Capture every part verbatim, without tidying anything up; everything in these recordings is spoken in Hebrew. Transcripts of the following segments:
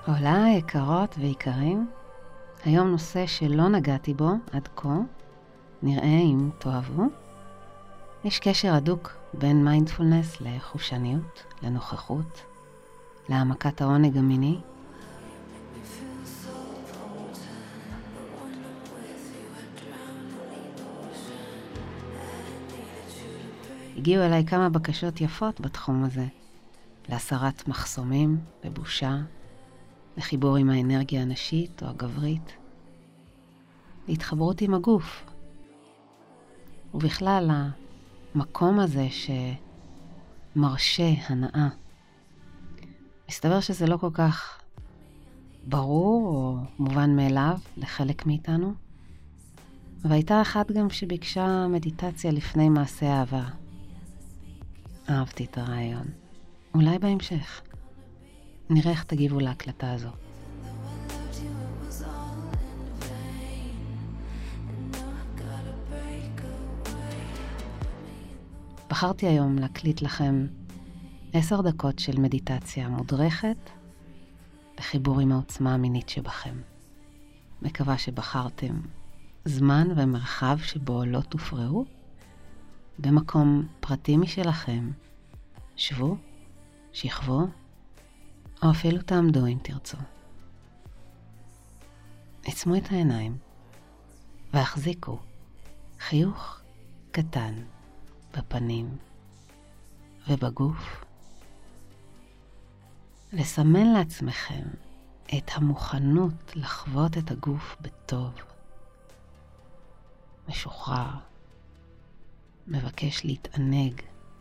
הולה יקרות ויקרים, היום נושא שלא נגעתי בו עד כה, נראה אם תאהבו. יש קשר הדוק בין מיינדפולנס לחושניות, לנוכחות, להעמקת העונג המיני. הגיעו אליי כמה בקשות יפות בתחום הזה, להסרת מחסומים ובושה, לחיבור עם האנרגיה הנשית או הגברית, להתחברות עם הגוף, ובכלל המקום הזה שמרשה הנאה. מסתבר שזה לא כל כך ברור או מובן מאליו לחלק מאיתנו, והייתה אחת גם שביקשה מדיטציה לפני מעשה אהבה. אהבתי את הרעיון. אולי בהמשך. נראה איך תגיבו להקלטה הזו. בחרתי היום להקליט לכם עשר דקות של מדיטציה מודרכת לחיבור עם העוצמה המינית שבכם. מקווה שבחרתם זמן ומרחב שבו לא תופרעו, במקום פרטי משלכם. שבו, שכבו, או אפילו תעמדו אם תרצו. עצמו את העיניים והחזיקו חיוך קטן בפנים ובגוף. לסמן לעצמכם את המוכנות לחוות את הגוף בטוב, משוחרר, מבקש להתענג,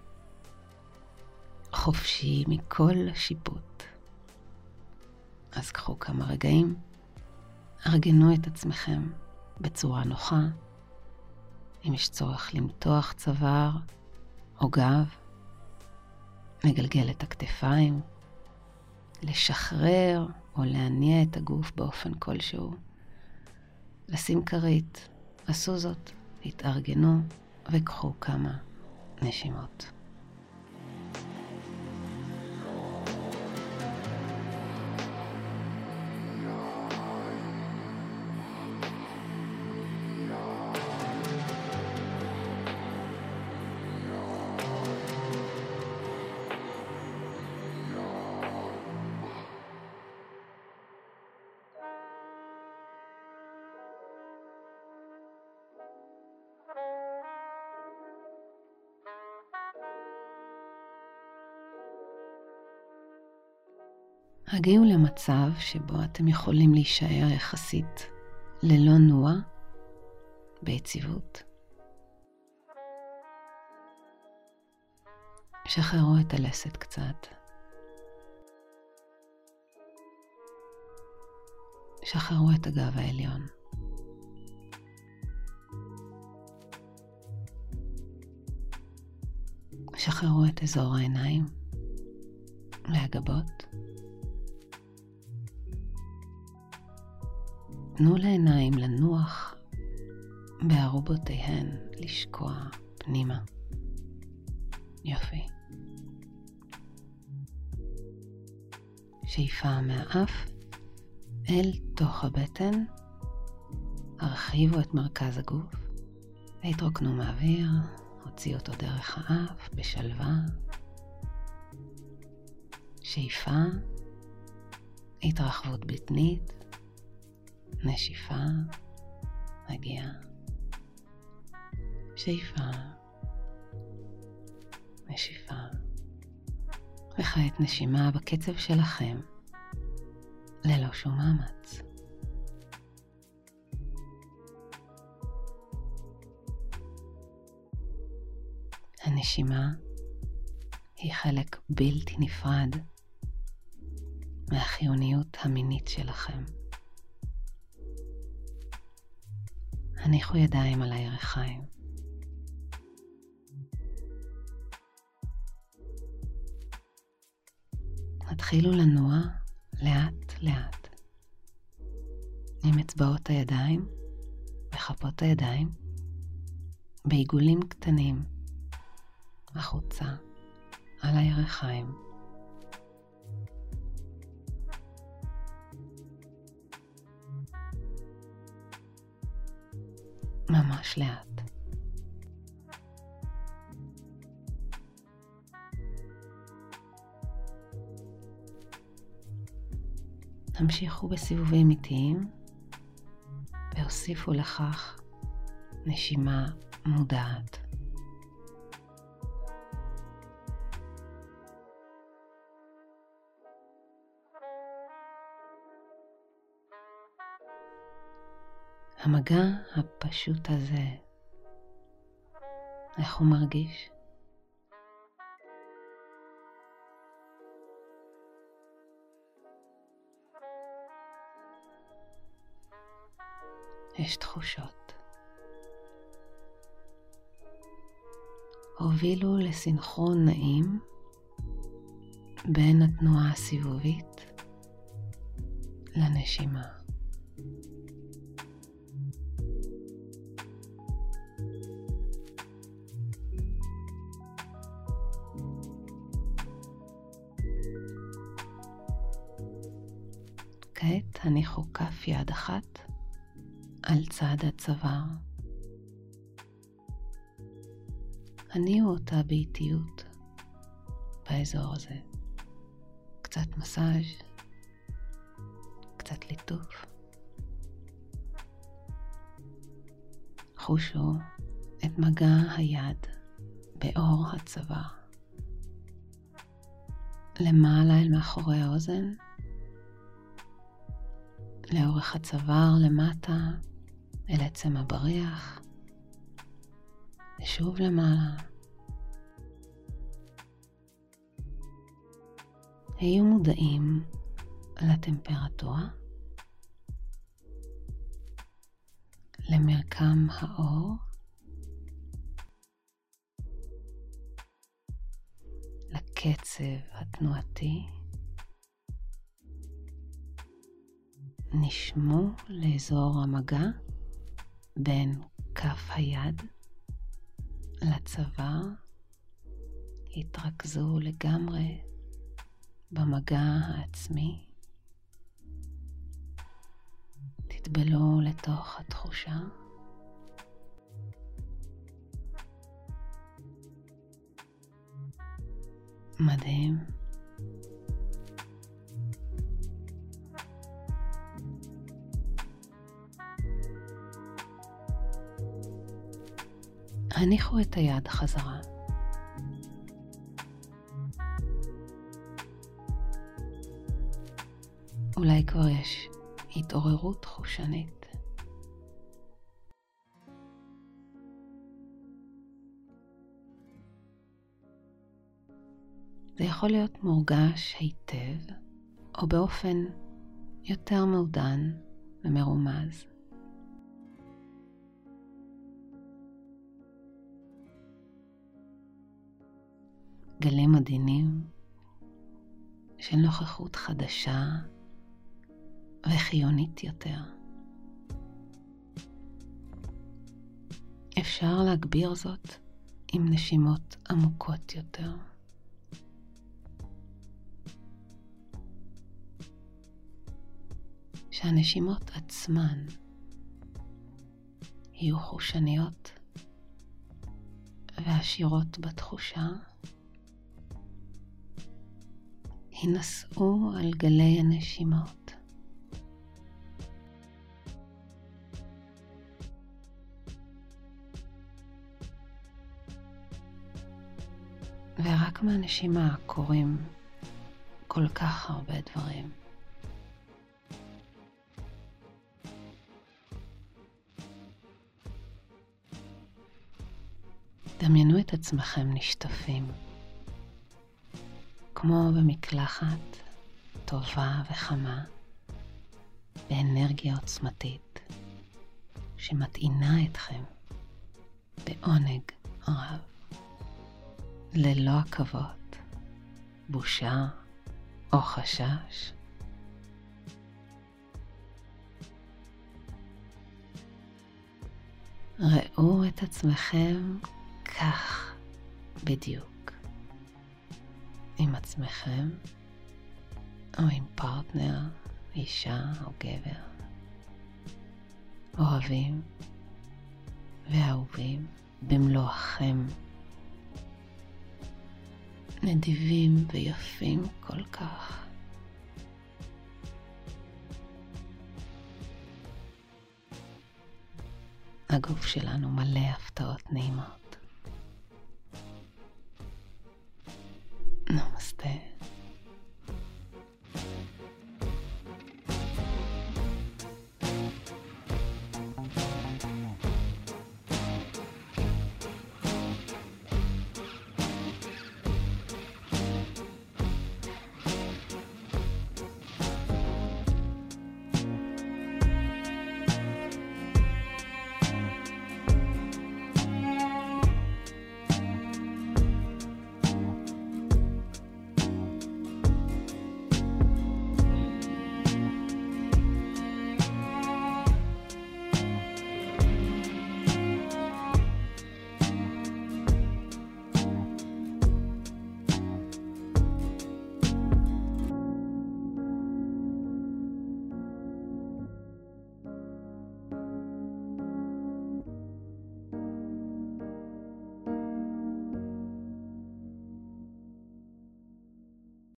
חופשי מכל שיפוט. אז קחו כמה רגעים, ארגנו את עצמכם בצורה נוחה. אם יש צורך למתוח צוואר או גב, נגלגל את הכתפיים, לשחרר או להניע את הגוף באופן כלשהו, לשים כרית. עשו זאת, התארגנו וקחו כמה נשימות. הגיעו למצב שבו אתם יכולים להישאר יחסית ללא נוע, ביציבות. שחררו את הלסת קצת. שחררו את הגב העליון. שחררו את אזור העיניים והגבות. תנו לעיניים לנוח בערובותיהן, לשקוע פנימה. יופי. שאיפה מהאף אל תוך הבטן. הרחיבו את מרכז הגוף והתרוקנו מהאוויר. הוציאו אותו דרך האף בשלווה. שאיפה, התרחבות בטנית. נשיפה, מגיע, שאיפה, נשיפה, וכעת נשימה בקצב שלכם, ללא שום מאמץ. הנשימה היא חלק בלתי נפרד מהחיוניות המינית שלכם. הניחו ידיים על הירכיים. התחילו לנוע לאט לאט עם אצבעות הידיים וכפות הידיים בעיגולים קטנים החוצה על הירכיים. ממש לאט. המשיכו בסיבובים איטיים והוסיפו לכך נשימה מודעת. המגע הפשוט הזה, איך הוא מרגיש? יש תחושות. הובילו לסינכרון נעים בין התנועה הסיבובית לנשימה. כעת הניחו כף יד אחת על צד הצוואר. הניעו אותה באיטיות באזור הזה. קצת מסאז', קצת ליטוף. חושו את מגע היד באור הצוואר. למעלה אל מאחורי האוזן, לאורך הצוואר למטה, אל עצם הבריח, ושוב למעלה. היו מודעים לטמפרטורה, למרקם האור, לקצב התנועתי. נשמו לאזור המגע בין כף היד לצוואר. התרכזו לגמרי במגע העצמי. תטבלו לתוך התחושה. מדהים. הניחו את היד חזרה. אולי כבר יש התעוררות חושנית. זה יכול להיות מורגש היטב, או באופן יותר מעודן ומרומז. גלים עדינים של נוכחות חדשה וחיונית יותר. אפשר להגביר זאת עם נשימות עמוקות יותר. שהנשימות עצמן יהיו חושניות ועשירות בתחושה. הנסעו על גלי הנשימות. ורק מהנשימה קורים כל כך הרבה דברים. דמיינו את עצמכם נשטפים, כמו במקלחת טובה וחמה, באנרגיה עוצמתית שמטעינה אתכם בעונג רב, ללא עכבות, בושה או חשש. ראו את עצמכם כך בדיוק, עם עצמכם או עם פרטנר, אישה או גבר, אוהבים ואהובים במלוא החם. נדיבים ויפים כל כך. הגוף שלנו מלא הפתעות נעימות.